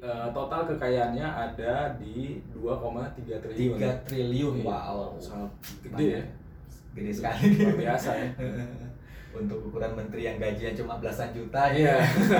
total kekayaannya ada di 2,3 triliun. 3 triliun, Iya. wow. Sangat gede ya. Gede sekali. Luar biasa ya. Untuk ukuran menteri yang gajinya cuma belasan juta. Iya.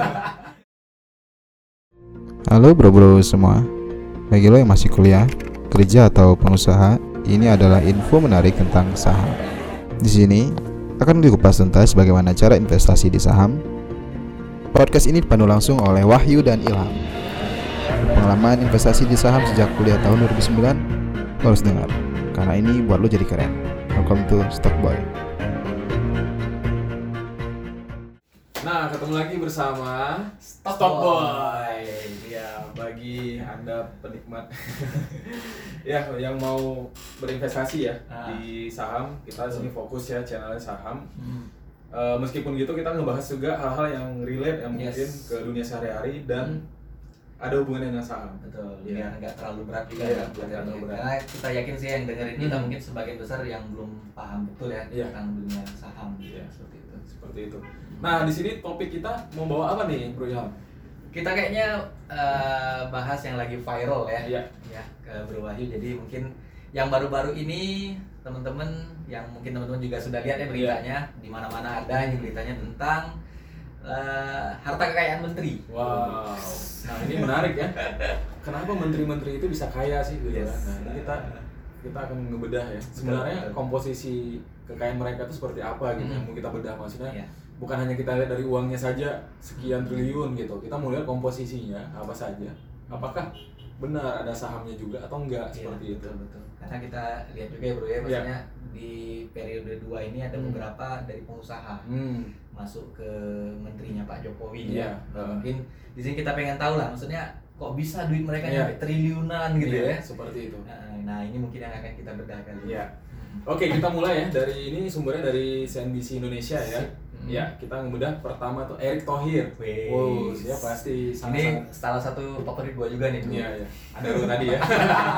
Halo bro-bro semua. Bagi lo yang masih kuliah, kerja atau pengusaha, ini adalah info menarik tentang saham. Di sini akan dikupas tuntas bagaimana cara investasi di saham. Podcast ini dipandu langsung oleh Wahyu dan Ilham. Pengalaman investasi di saham sejak kuliah tahun 2009, lo harus dengar, karena ini buat lo jadi keren. Welcome to Stock Boy. Nah, ketemu lagi bersama Stock Boy. Ya, bagi Anda penikmat ya yang mau berinvestasi ya di saham, kita sini fokus ya channelnya saham. Meskipun gitu kita ngebahas juga hal-hal yang relate yang mungkin ke dunia sehari-hari dan ada hubungannya dengan saham. Betul, Iya. biar nggak terlalu berat juga Iya, ya nggak terlalu berat. Karena kita yakin sih yang dengerin kita mungkin sebagian besar yang belum paham betul ya Iya. tentang dunia saham. Iya. Seperti itu. Seperti itu. Nah, di sini topik kita mau bawa apa nih, Bro Ilham? Kita kayaknya bahas yang lagi viral ya. Iya. Ya, ke Bro Wahyu. Jadi mungkin yang baru-baru ini teman-teman yang mungkin teman-teman juga sudah lihat ya beritanya, di mana-mana ada ini beritanya tentang harta kekayaan menteri. Wow. Nah, ini menarik ya. Kenapa menteri-menteri itu bisa kaya sih gitu Yes. kan? Nah, ini kita akan ngebedah ya. Sebenarnya Betul. komposisi kekayaan mereka itu seperti apa gitu yang mau kita bedah, maksudnya. Iya. Bukan hanya kita lihat dari uangnya saja sekian triliun gitu. Kita mau lihat komposisinya apa saja. Apakah benar ada sahamnya juga atau enggak, seperti itu. Betul. Karena kita lihat juga ya bro ya, maksudnya di periode 2 ini ada beberapa dari pengusaha masuk ke menterinya Pak Jokowi Iya. ya. Mungkin di sini kita pengen tahu lah, maksudnya kok bisa duit mereka Iya. sampai triliunan gitu Iya, ya. seperti itu. Nah, ini mungkin yang akan kita bedah kali. Iya. Oke, kita mulai ya dari ini, sumbernya dari CNBC Indonesia ya. Ya, kita ngebedah pertama tuh Erick Thohir. Wih. Wow, dia pasti Ini sangat-sangat. salah satu favorit gua juga nih. Iya, iya. Adaro tadi ya.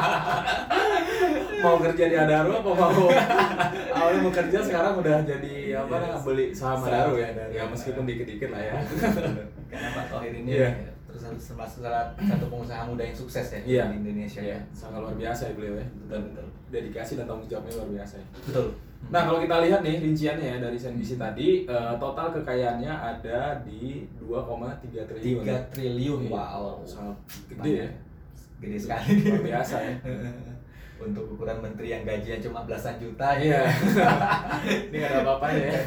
Mau kerja di Adaro apa mau awalnya mau kerja sekarang udah jadi apa namanya, beli saham Adaro ya. Ya meskipun dikit-dikit lah ya. Karena Pak Thohir ini Iya. terus termasuk salah satu pengusaha muda yang sukses ya Iya. di Indonesia. Iya, sangat luar biasa ya beliau ya. Dan Betul. dedikasi dan tanggung jawabnya luar biasa ya. Betul. Nah, kalau kita lihat nih rinciannya ya dari CNBC tadi, total kekayaannya ada di 2,3 triliun. 3 triliun. Iya. Wow. Sangat gede ya. Gede sekali. Luar biasa ya. Untuk ukuran menteri yang gajinya cuma belasan juta. Iya. Ini nggak ada apa-apanya ya.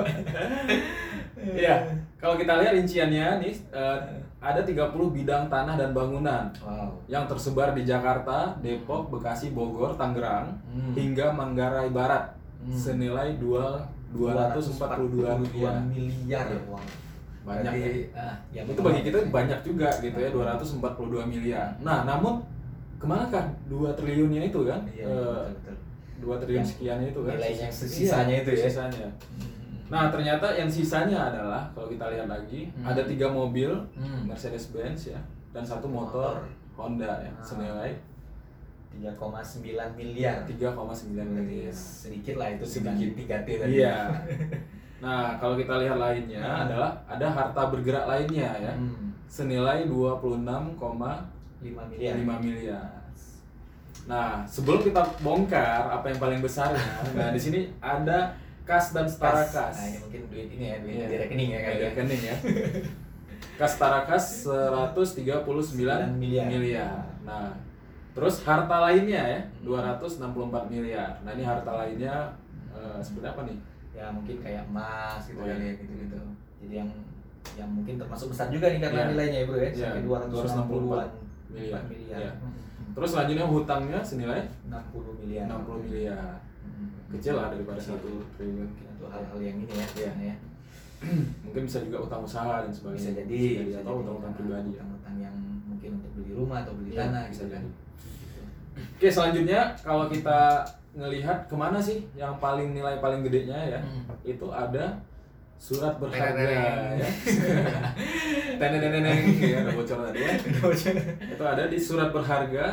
Iya. Kalau kita lihat rinciannya nih, ada 30 bidang tanah dan bangunan Wow. yang tersebar di Jakarta, Depok, Bekasi, Bogor, Tangerang, hingga Manggarai Barat, senilai 242 miliar. Wow. Banyak Berarti, ya. Itu bagi kita banyak juga gitu ya, 242 miliar. Nah, namun kemanakah 2 triliunnya itu kan? Iya, betul. 2 triliun Yang sekiannya itu kan? nilai yang sisanya itu ya? Sisanya. Nah, ternyata yang sisanya adalah kalau kita lihat lagi ada 3 mobil Mercedes-Benz ya dan 1 motor Honda ya, senilai 3,9 miliar. 3,9 miliar. Sedikit lah itu Sedikit. 3T tadi. Iya. Nah, kalau kita lihat lainnya adalah ada harta bergerak lainnya ya, senilai 26,5 5 miliar. miliar. Nah, sebelum kita bongkar apa yang paling besarnya, nah di sini ada kas dan setara kas. Nah, ini mungkin duit ini ya, duit Iya. di rekening ya Di kayaknya. rekening ya. Kas setara kas 139 miliar. Nah, terus harta lainnya ya 264 miliar. Nah, ini harta lainnya seperti apa nih? Ya mungkin kayak emas gitu Oh, kali iya. ya gitu-gitu. Jadi yang mungkin termasuk besar juga nih karena Iya. nilainya ya bro ya, Iya, sampai 264 miliar. miliar. Iya. Terus selanjutnya hutangnya senilai 60 miliar. 60 miliar. Kecil lah daripada 1 triliun. Mungkin untuk hal-hal yang ini ya. Iya. ya. Mungkin bisa juga utang usaha dan sebagainya. Bisa jadi atau utang-utang pribadi ya. utang yang mungkin untuk beli rumah atau beli Iya, tanah bisa gitu kan. jadi. Oke, selanjutnya kalau kita ngelihat kemana sih yang nilai paling gedenya ya, itu ada surat berharga ya. Teneneneng ya, ada bocor tadi ya. Itu ada di surat berharga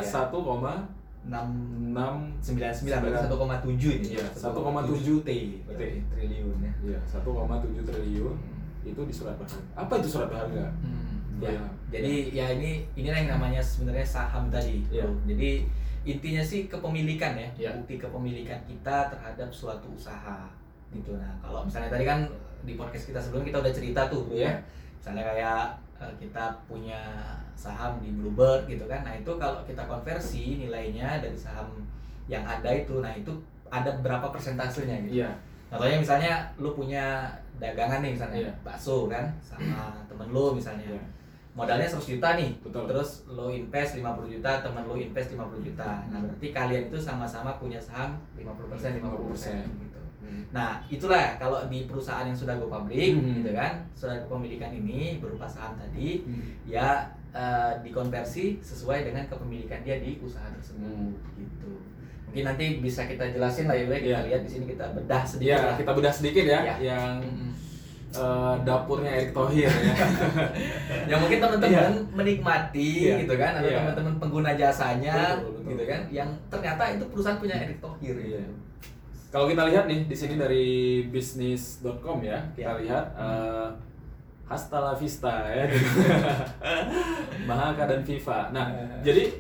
699 atau 1,7 ini. Iya, 1,7 T triliun ya. Iya, 1,7 triliun itu di surat berharga. Apa itu surat berharga? Ya. Jadi ya inilah yang namanya sebenarnya saham tadi. Ya. Jadi intinya sih kepemilikan ya, bukti kepemilikan kita terhadap suatu usaha gitu. Nah kalau misalnya tadi kan di podcast kita sebelumnya kita udah cerita tuh ya, misalnya kayak kita punya saham di Bluebird gitu kan. Nah itu kalau kita konversi nilainya dari saham yang ada itu, nah itu ada berapa persentasenya gitu. Contohnya misalnya lu punya dagangan nih misalnya bakso kan sama temen lu misalnya. Modalnya 100 juta nih. Betul. Terus lu invest 50 juta, temen lu invest 50 juta. Nah, berarti kalian itu sama-sama punya saham 50% 50% gitu. Nah, itulah kalau di perusahaan yang sudah go public gitu kan, sudah kepemilikan ini berupa saham tadi ya dikonversi sesuai dengan kepemilikan dia di usaha tersebut gitu. Mungkin nanti bisa kita jelasin lah ya, kita lihat di sini kita bedah sedikit. Ya, kita bedah sedikit ya, yang dapurnya Erick Thohir ya. Yang mungkin teman-teman menikmati gitu kan, atau teman-teman pengguna jasanya betul. Gitu kan, yang ternyata itu perusahaan punya Erick Thohir. Kalau kita lihat nih di sini dari bisnis.com ya, kita lihat hasta la vista ya. Mahaka dan Viva. Nah, jadi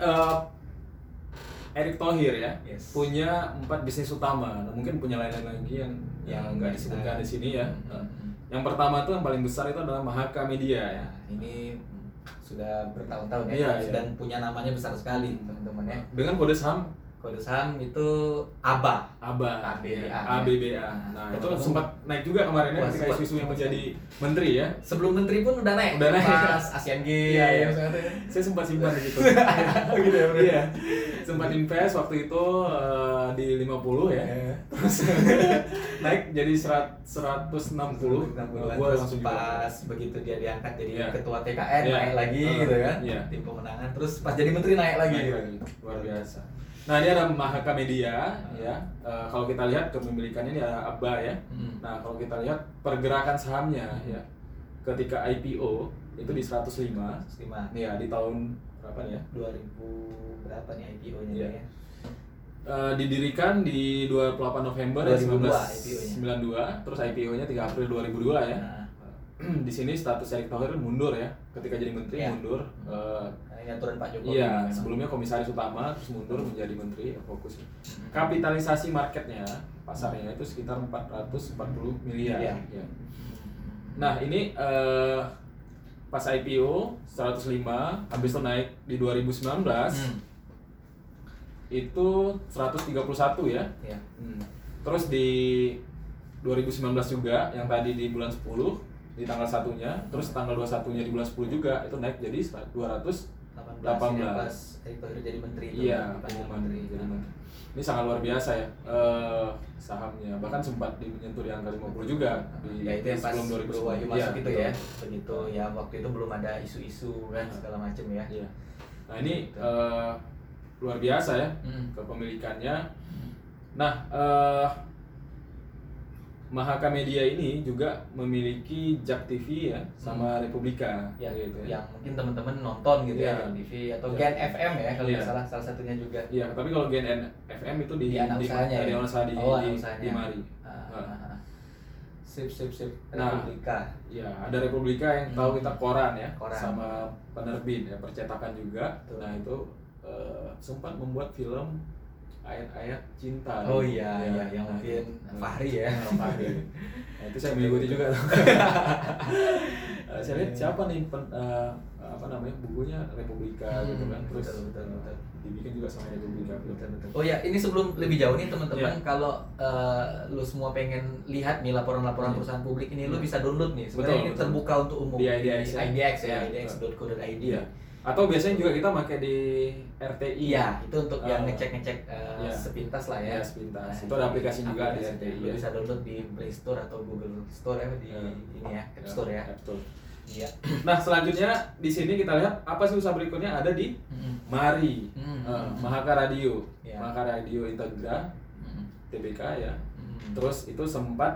Erick Thohir ya punya 4 bisnis utama. Nah, mungkin punya lain-lain lagi yang nggak disebutkan di sini ya. Yang pertama tuh yang paling besar itu adalah Mahaka Media ya. Ini sudah bertahun-tahun ya, dan punya namanya besar sekali teman-teman ya. Dengan kode saham itu ABA. ABBA. Nah, itu sempat naik juga kemarin ya ketika isu-isu yang menjadi menteri ya. Sebelum menteri pun udah naik. Pas Asian Games. Iya. Saya sempat simpan di situ. Gitu ya, Bro. Iya. Sempat invest waktu itu di 50 ya. Terus naik jadi 160. Gua langsung pas begitu dia diangkat jadi ketua TKN naik lagi gitu kan. Tim pemenangan, terus pas jadi menteri naik lagi. Luar biasa. Nah, ini ada Mahaka Media ya. Kalau kita lihat kepemilikannya ini ada ABA ya. Nah, kalau kita lihat pergerakan sahamnya ya. Ketika IPO itu di 105. Nih ya, di tahun berapa nih ya? 2000 berapa nih IPO-nya ya? Didirikan di 28 November 1992, terus IPO-nya 3 April 2002 ya. Di sini status Erick Thohir mundur ya. Ketika jadi menteri mundur. Ini aturan Pak Jokowi. Iya, sebelumnya komisaris utama terus mundur menjadi menteri fokus. Kapitalisasi marketnya, pasarnya itu sekitar 440 miliar. Ya. Nah, ini pas IPO 105, habis itu naik di 2019 itu 131 ya. Terus di 2019 juga yang tadi di bulan 10 di tanggal 1-nya, terus tanggal 21-nya di bulan 10 juga itu naik jadi 218. Erick Thohir jadi menteri itu. Iya, menteri. Ini sangat luar biasa ya sahamnya. Bahkan sempat menyentuh di angka 50 juga ya itu yang pas sebelum 2010 masuk itu ya. Begitu ya waktu itu belum ada isu-isu kan segala macam ya. Nah, ini luar biasa ya kepemilikannya. Nah, Mahaka Media ini juga memiliki Jak TV ya sama Republika gitu ya. Yang mungkin teman-teman nonton gitu ya di TV atau Gen FM ya kalau nggak salah satunya juga. Iya, tapi kalau Gen FM itu di Mari. Sip. Republika. Ya, ada Republika yang tahu kita koran ya, sama penerbit ya, percetakan juga. Nah, itu sempat membuat film ayat-ayat cinta. Oh iya, yang mungkin Fahri ya. Fahri. Nah, itu saya mengikuti juga. Saya lihat siapa nih bukunya Republika gitu kan. Terus betul. Dibikin juga sama Republika. Betul. Oh ya, ini sebelum lebih jauh nih teman-teman, kalau lu semua pengen lihat nih laporan-laporan perusahaan publik ini, lu bisa download nih. Sebenarnya ini terbuka untuk umum di IDX ya, idx.co.id. Atau biasanya juga kita pakai di RTI. Iya, itu untuk yang ngecek sepintas lah ya. Sepintas. Itu ada aplikasi juga di RTI. Lu bisa download di Play Store atau Google Store ya, di ini ya, App Store ya. Iya. Nah, selanjutnya di sini kita lihat apa sih usaha berikutnya ada di Mari. Mahaka Radio. Mahaka Radio Integra. TBK ya. Terus itu sempat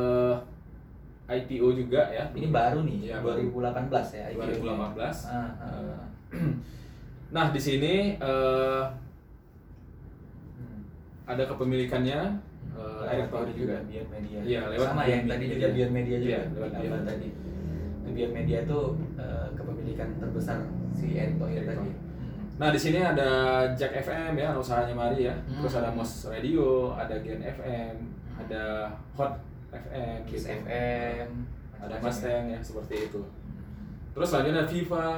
IPO juga ya. Ini baru nih, 2018 ya IPO. 2018. Nah, di sini ada kepemilikannya Erick Thohir juga. Beyond Media. Iya, lewat sama yang tadi juga Beyond Media juga. Lewat Beyond tadi. Beyond Media itu kepemilikan ikan terbesar si Erick Thohir tadi. Nah di sini ada Jack FM ya, usahanya Mari ya. Terus ada Mos Radio, ada Gen FM, ada Hot FM, Kiss gitu. FM, ada Mustang ya seperti itu. Terus selanjutnya ada Viva,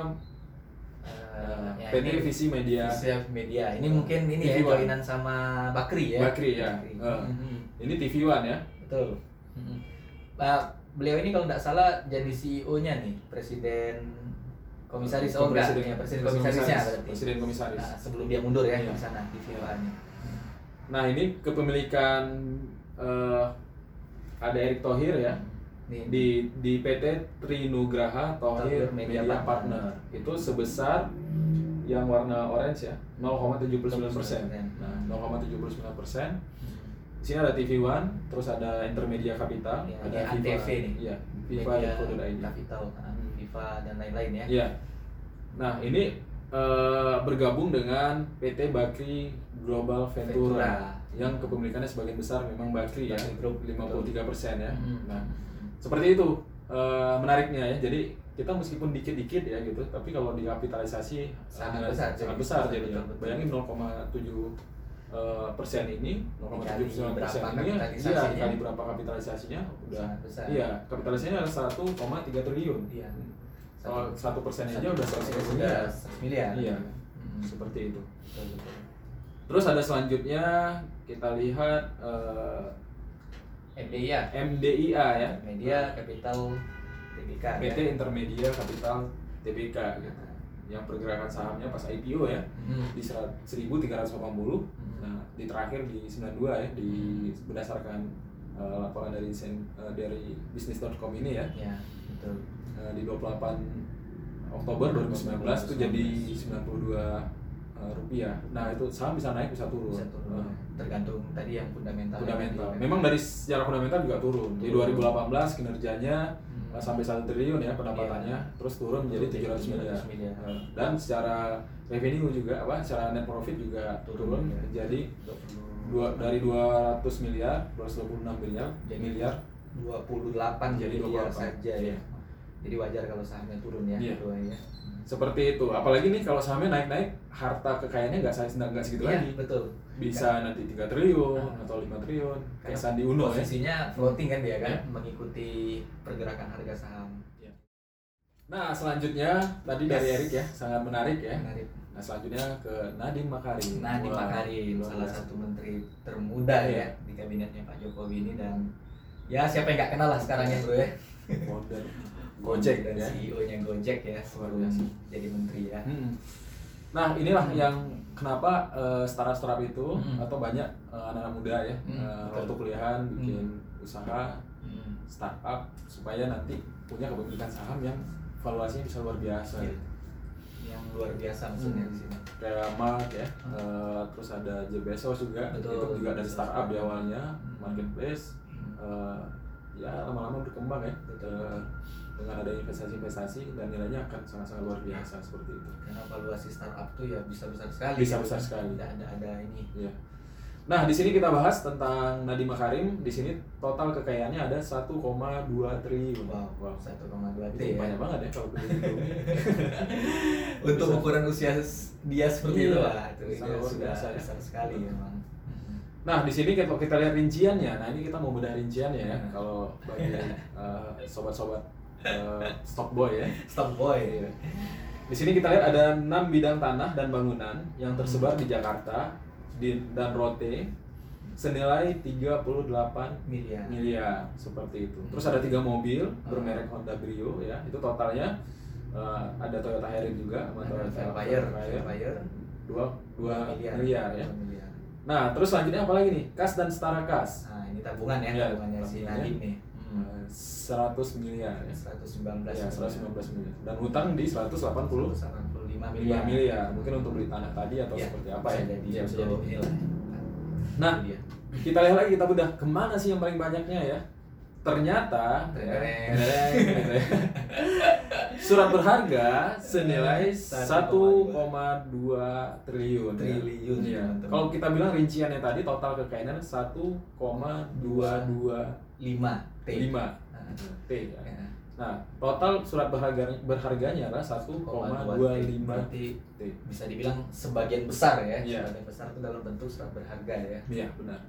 PT Visi Media. Media. Ini mungkin ini ya joinan sama Bakri ya. Bakri ya. Ini TV One ya. Betul. Beliau ini kalau nggak salah jadi CEO-nya nih, presiden komisaris. Presiden komisarisnya berarti. Presiden komisaris. Nah, sebelum dia mundur ya di sana di Viva-nya. Nah ini kepemilikan ada Erick Thohir ya. Di PT Trinugraha Thohir Media Partner itu sebesar yang warna orange ya 0,79%. Nah 0,79%. Di sini ada TV One, terus ada Intermedia Capital, ya, ada ATV nih. Iya, Viva Capital, Viva dan lain-lain ya. Iya. Nah ini bergabung dengan PT Bakri Global Ventura yang kepemilikannya sebagian besar memang Bakri ya, Group 53% ya. Nah seperti itu menariknya ya. Jadi kita meskipun dikit-dikit ya gitu, tapi kalau dikapitalisasi sangat besar jadi ya. Bayangin 0,7% ini 0,7% ini ya dikali berapa kapitalisasinya udah iya kapitalisasinya adalah 1,3 triliun. Iya. Kalau 1% aja udah 100 miliar. Iya. Seperti itu. Terus ada selanjutnya kita lihat MDIA ya. Media Capital TBK. PT ya? Intermedia Capital TBK gitu. Yang pergerakan sahamnya pas IPO ya di 1.380. Nah, di terakhir di 92 ya berdasarkan laporan dari business.com ini ya. Ya, betul. Di 28 Oktober 2019 itu jadi 92 rupiah. Nah itu saham bisa naik bisa turun. Tergantung tadi yang fundamental. Memang dari secara fundamental juga turun. Di 2018 kinerjanya sampai 1 triliun ya pendapatannya, terus turun menjadi 700 miliar. Dan secara revenue juga secara net profit juga turun menjadi dari 200 miliar, 226 miliar 28 jadi 28 saja ya. Jadi wajar kalau sahamnya turun ya. Seperti itu. Apalagi nih kalau sahamnya naik-naik, harta kekayaannya nggak segitu lagi. Betul. Bisa nanti 3 triliun atau 5 triliun. Kayak Sandi Uno posisinya floating kan dia kan, mengikuti pergerakan harga saham. Nah selanjutnya tadi dari Erick ya, sangat menarik ya. Menarik. Nah selanjutnya ke Nadiem Makarim. Salah satu menteri termuda ya di kabinetnya Pak Jokowi ini, dan ya siapa yang nggak kenal lah sekarang ya bro ya. Founder Gojek dan ya. CEO-nya Gojek ya sebelum jadi menteri ya. Nah inilah yang kenapa startup itu atau banyak anak-anak muda ya waktu kuliahan bikin usaha startup supaya nanti punya kepemilikan saham yang valuasinya bisa luar biasa. Yang luar biasa maksudnya di sini. Kayak Mark ya, terus ada Jeff Bezos juga. Itu juga dari startup di awalnya, marketplace. Ya lama-lama berkembang ya. Dengan ada investasi dan nilainya akan sangat-sangat luar biasa seperti itu. Karena valuasi startup tuh ya bisa besar sekali. Bisa besar sekali. Ada ini. Iya. Nah di sini kita bahas tentang Nadiem Makarim. Di sini total kekayaannya ada 1,2 triliun. Wow. 1,2 triliun. Banyak banget ya kalau begitu. Untuk ukuran usia dia seperti itu lah. Itu sudah besar sekali memang. Nah di sini kalau kita lihat rinciannya, nah ini kita mau bedah rinciannya ya. Kalau bagi sobat-sobat stock boy ya. Stock boy. Di sini kita lihat ada 6 bidang tanah dan bangunan yang tersebar di Jakarta dan Rote senilai 38 miliar seperti itu. Terus ada 3 mobil bermerek Honda Brio ya. Itu totalnya ada Toyota Harrier juga sama Toyota Velfire 2 miliar ya. Nah, terus selanjutnya apa lagi nih? Kas dan setara kas. Nah, ini tabungan ya, tabungannya si Nadiem nih. 100 miliar ya. 119 miliar. Dan hutang di 185 miliar. Mungkin untuk beli tanah tadi atau seperti apa ya? Bisa jadi. Nah, kita lihat lagi, kita bedah kemana sih yang paling banyaknya ya? Ternyata surat berharga senilai 1,2 triliun. Ya. Kalau kita bilang rinciannya tadi total kekayaannya 1,225 T ya. Nah, total surat berharganya adalah 1,25 Berarti bisa dibilang sebagian besar ya. Iya. Sebagian besar itu dalam bentuk surat berharga ya. Iya, benar.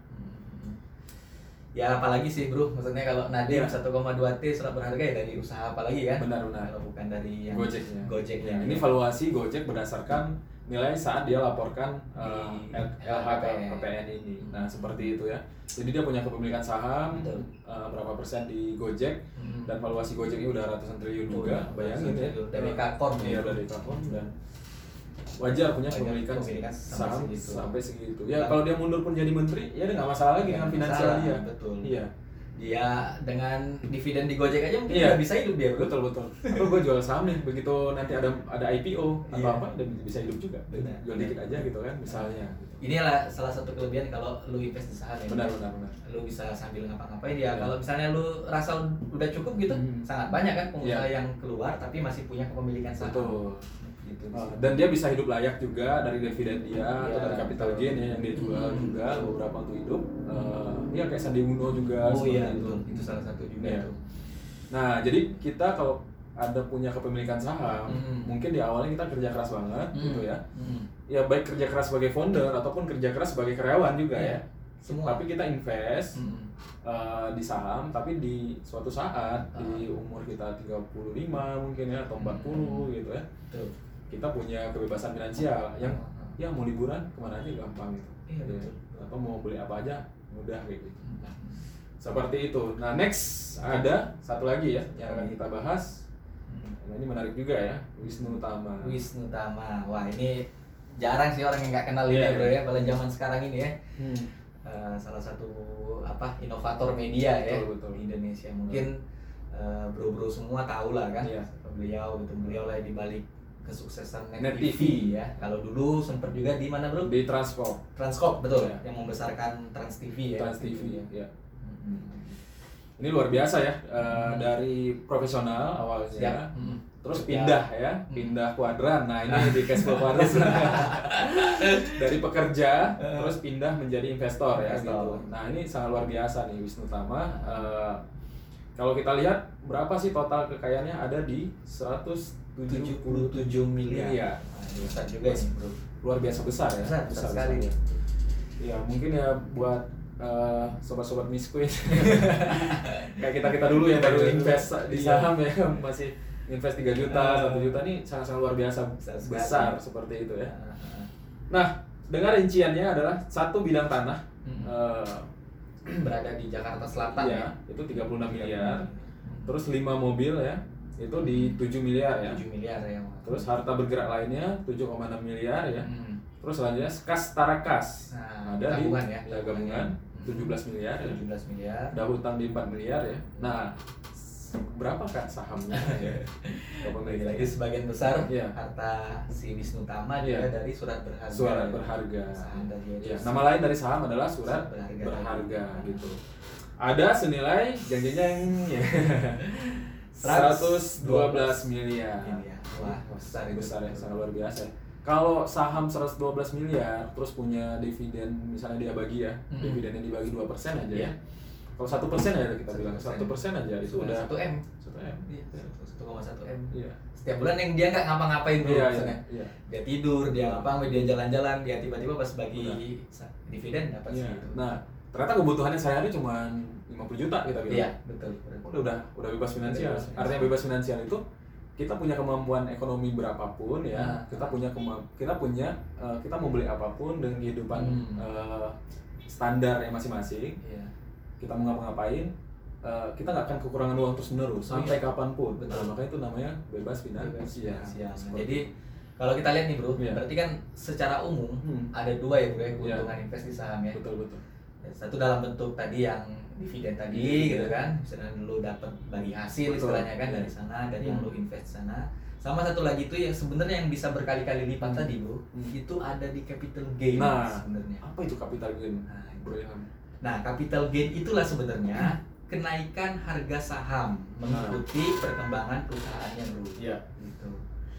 Ya apalagi sih bro, maksudnya kalau Nadim Iya. 1,2 T surat berharga ya dari usaha apa lagi kan? Benar. Kalau bukan dari yang Gojek ya. Ini valuasi Gojek berdasarkan nilai saat dia laporkan Di LHKPN ini. Nah, seperti itu ya. Jadi dia punya kepemilikan saham berapa persen di Gojek dan valuasi Gojek ini udah ratusan triliun juga. Bayangin ya. Dari Kakor Iya, dari Kakor dan wajar punya kepemilikan saham sampai segitu. Ya kalau dia mundur pun jadi menteri, ya dia nggak masalah lagi dengan finansial dia. Betul. Iya. Dia dengan dividen di Gojek aja mungkin Iya. udah bisa hidup dia bro. Betul. Atau gue jual saham nih, begitu nanti ada IPO atau Iya. apa, udah bisa hidup juga. Benar. Jual dikit aja gitu kan, misalnya. Inilah salah satu kelebihan kalau lu invest di saham ya. Benar. Lu bisa sambil ngapa-ngapain ya. Kalau misalnya lu rasa udah cukup gitu, sangat banyak kan pengusaha yang keluar tapi masih punya kepemilikan saham. Betul. Gitu. Dan dia bisa hidup layak juga dari dividen dia Iya, atau dari capital gain ya yang dia jual juga beberapa untuk hidup. Ya kayak Sandi Uno juga. Oh iya, itu. itu salah satu juga Iya. tuh. Nah, jadi kita kalau ada punya kepemilikan saham, mungkin di awalnya kita kerja keras banget gitu ya. Ya baik kerja keras sebagai founder ataupun kerja keras sebagai karyawan juga ya. Semua. Tapi kita invest di saham, tapi di suatu saat di umur kita 35 mungkin ya atau 40 gitu ya. Betul. Kita punya kebebasan finansial yang ya mau liburan kemana aja gampang gitu. Iya, betul. Atau mau beli apa aja mudah kayak gitu. Seperti itu. Nah, next ada satu lagi ya yang akan kita bahas. Nah, ini menarik juga ya, Wisnu Tama. Wisnu Tama. Wah, ini jarang sih orang yang nggak kenal ini Iya, bro iya. ya, pada zaman sekarang ini ya. Salah satu inovator media ya Betul. di Indonesia. Mungkin bro-bro semua tahu lah kan. Iya. Beliau lah di balik kesuksesan Net Net TV. TV ya. Kalau dulu sempat juga di mana bro? Di Transcorp. Transcorp betul, Iya. yang membesarkan Trans TV ya. Trans TV ya. Ini luar biasa ya, dari profesional awalnya, terus pindah kuadran. Nah ini di cash flow kuadran. Dari pekerja terus pindah menjadi investor ya gitu. Nah ini sangat luar biasa nih Wisnu Tama. Kalau kita lihat berapa sih total kekayaannya, ada di 177 miliar. Nah, ini besar juga sih bro. Luar biasa besar ya. Besar sekali. Ya mungkin ya buat sobat-sobat miskuin kayak kita dulu yang baru invest di saham ya, masih invest 3 juta, 1 juta, nih sangat-sangat luar biasa besar seperti itu ya. Nah, dengan rinciannya adalah satu bidang tanah berada di Jakarta Selatan ya. Itu 36 miliar. Terus 5 mobil ya, itu di 7 miliar ya. 7 miliar ya. Terus harta bergerak lainnya 7,6 miliar ya. Terus selanjutnya kas tarakas. Nah, ada tabungan di ya, gabungan 17 miliar ya. 17 miliar. Ada hutang di 4 miliar ya. Nah, berapa kan sahamnya? Lagi sebagian besar Iya. harta si Wisnu Tama juga Iya. dari surat berharga. Surat berharga. Saham dari Ya, nama lain dari saham adalah surat berharga gitu. Ada senilai jeng-jeng ya. 112 miliar. Wah, besar itu. Besar ya, sangat luar biasa. Kalau saham 112 miliar terus punya dividen, misalnya dia bagi ya, dividennya dibagi 2% aja ya. Kalau 1% aja kita bilang 1% aja itu udah 1M. 1M. Iya, 1,1M. Iya. Setiap bulan yang dia nggak ngapa-ngapain bro, Iya, misalnya. iya. Dia tidur, dia ngapa, dia jalan-jalan, dia tiba-tiba pas bagi dividen dapat Iya. segitu. Nah, ternyata kebutuhannya sehari-hari cuma 50 juta kita bilang. Iya, betul. Udah bebas finansial. Artinya bebas finansial itu kita punya kemampuan ekonomi berapapun ya. Kita mau beli apapun dengan kehidupan standar yang masing-masing. Iya. Kita mau ngapa-ngapain, kita nggak akan kekurangan uang terus menerus sampai kapanpun. Betul. Nah, makanya itu namanya bebas finansial. Jadi kalau kita lihat nih bro, Iya. berarti kan secara umum ada dua ya bro ya keuntungan invest di saham ya. Betul. Satu dalam bentuk tadi yang dividen tadi gitu kan, misalnya lu dapat bagi hasil istilahnya kan dari sana, dari yang lu invest sana. Sama satu lagi itu yang sebenarnya yang bisa berkali-kali lipat tadi bro, itu ada di capital gain sebenarnya. Apa itu capital gain? Nah, capital gain itulah sebenarnya kenaikan harga saham mengikuti perkembangan perusahaannya bro. Iya. Gitu.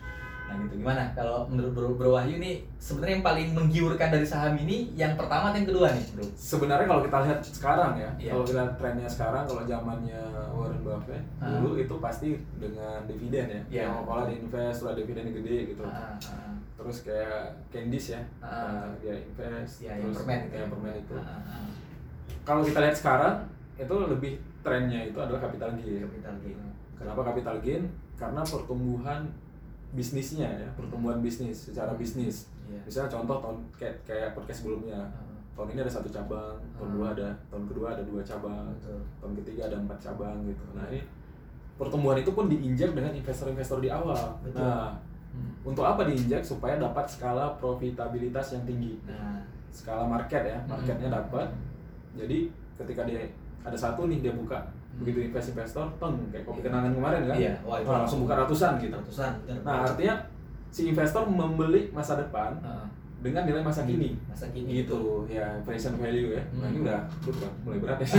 Nah gitu, gimana kalau menurut Bro Wahyu nih sebenarnya yang paling menggiurkan dari saham ini yang pertama atau yang kedua nih Bro? Sebenarnya kalau kita lihat sekarang ya, Iya. kalau kita lihat trennya sekarang, kalau zamannya Warren Buffett dulu itu pasti dengan dividen ya. Iya. Kalau diinvest, lah dividen gede gitu. Terus kayak Candice ya, dia invest, ya, yang terus permen gitu. yang permen itu. Kalau kita lihat sekarang itu lebih trennya itu adalah capital gain. Kenapa capital gain? Karena pertumbuhan bisnisnya ya, pertumbuhan bisnis secara bisnis. Misalnya contoh tahun kayak podcast sebelumnya. Tahun ini ada 1 cabang, tahun kedua ada 2 cabang, tahun ketiga ada 4 cabang gitu. Nah, ini pertumbuhan itu pun diinjak dengan investor-investor di awal. Betul. Nah, untuk apa diinjak? Supaya dapat skala profitabilitas yang tinggi. Skala market ya, marketnya dapat. Jadi ketika dia ada satu nih dia buka, begitu investor, kayak kopi kenangan kemarin kan, langsung buka ratusan gitu. Nah artinya si investor membeli masa depan dengan nilai masa kini gitu ya, present value ya. Nah ini udah mulai berat ya.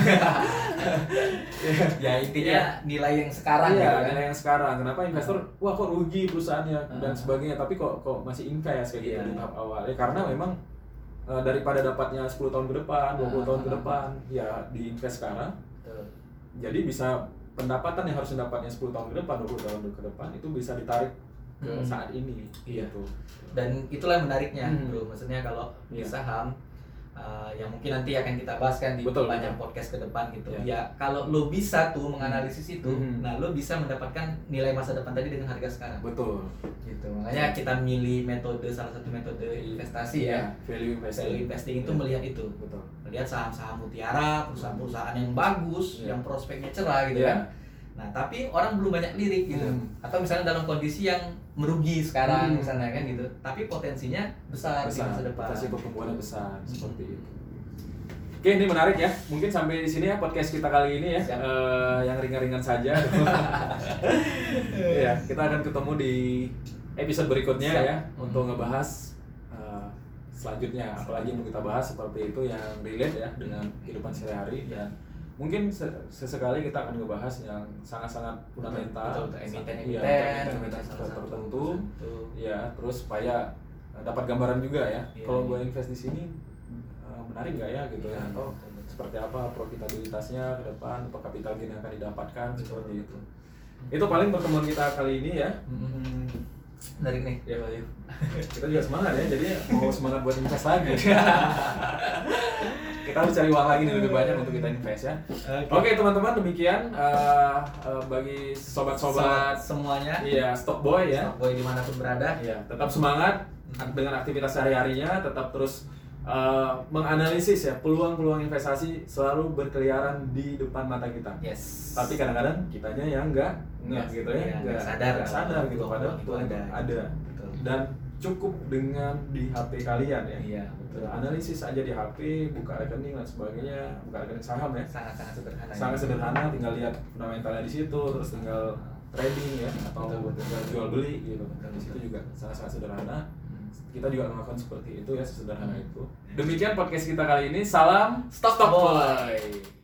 Ya intinya nilai yang sekarang ya, kan? nilai yang sekarang. Kenapa investor wah kok rugi perusahaannya dan sebagainya, tapi kok masih invest kayak gitu di tahap awal ya, karena memang daripada dapatnya 10 tahun ke depan, 20 tahun ke depan ya diinvest sekarang. Jadi bisa pendapatan yang harus dapatnya 10 tahun ke depan, 20 tahun ke depan itu bisa ditarik ke saat ini gitu. Dan itulah yang menariknya Bro, maksudnya kalau di saham yang mungkin nanti akan kita bahas kan di banyak podcast ke depan gitu. Ya kalau lo bisa tuh menganalisis itu, nah lo bisa mendapatkan nilai masa depan tadi dengan harga sekarang. Betul. Gitu. Makanya kita milih salah satu metode investasi ya. Value investing itu melihat itu. Betul. Melihat saham-saham mutiara, perusahaan-perusahaan yang bagus, yang prospeknya cerah gitu kan. Nah, tapi orang belum banyak lirik gitu. Atau misalnya dalam kondisi yang merugi sekarang misalnya kan gitu. Tapi potensinya besar di masa depan. Potensi pertumbuhannya besar seperti itu. Oke, ini menarik ya. Mungkin sampai di sini ya podcast kita kali ini ya. Yang ringan-ringan saja. Ya, kita akan ketemu di episode berikutnya ya untuk ngebahas selanjutnya, apalagi yang mau kita bahas seperti itu yang relate ya dengan kehidupan sehari-hari, dan mungkin sesekali kita akan ngebahas yang sangat-sangat fundamental, emiten tertentu ya, terus supaya dapat gambaran juga ya, kalau gue invest di sini menarik nggak ya gitu ya, atau seperti apa profitabilitasnya ke depan, atau capital gain yang akan didapatkan seperti itu. Itu paling pertemuan kita kali ini ya. Menarik nih. Ya, Bayu. Kita juga semangat ya, jadi mau semangat buat invest lagi. Kita harus cari uang lagi nih, lebih banyak untuk kita invest ya. Oke, teman-teman, demikian bagi sobat-sobat semuanya. Iya, stock boy ya. Stock boy dimanapun berada. Iya, tetap semangat dengan aktivitas sehari-harinya, tetap terus menganalisis ya peluang-peluang investasi selalu berkeliaran di depan mata kita. Yes. Tapi kadang-kadang kitanya yang enggak gitu ya, nggak sadar gitu pada itu ada. Dan cukup dengan di HP kalian ya. Iya, betul. Analisis aja di HP, buka rekening dan sebagainya, buka rekening saham ya. Sangat sederhana. Sangat sederhana, tinggal lihat fundamentalnya di situ, terus tinggal trading ya, atau tinggal jual beli gitu. Di situ juga sangat sederhana. Kita juga melakukan seperti itu ya, sesederhana itu. Demikian podcast kita kali ini. Salam Stock Boy.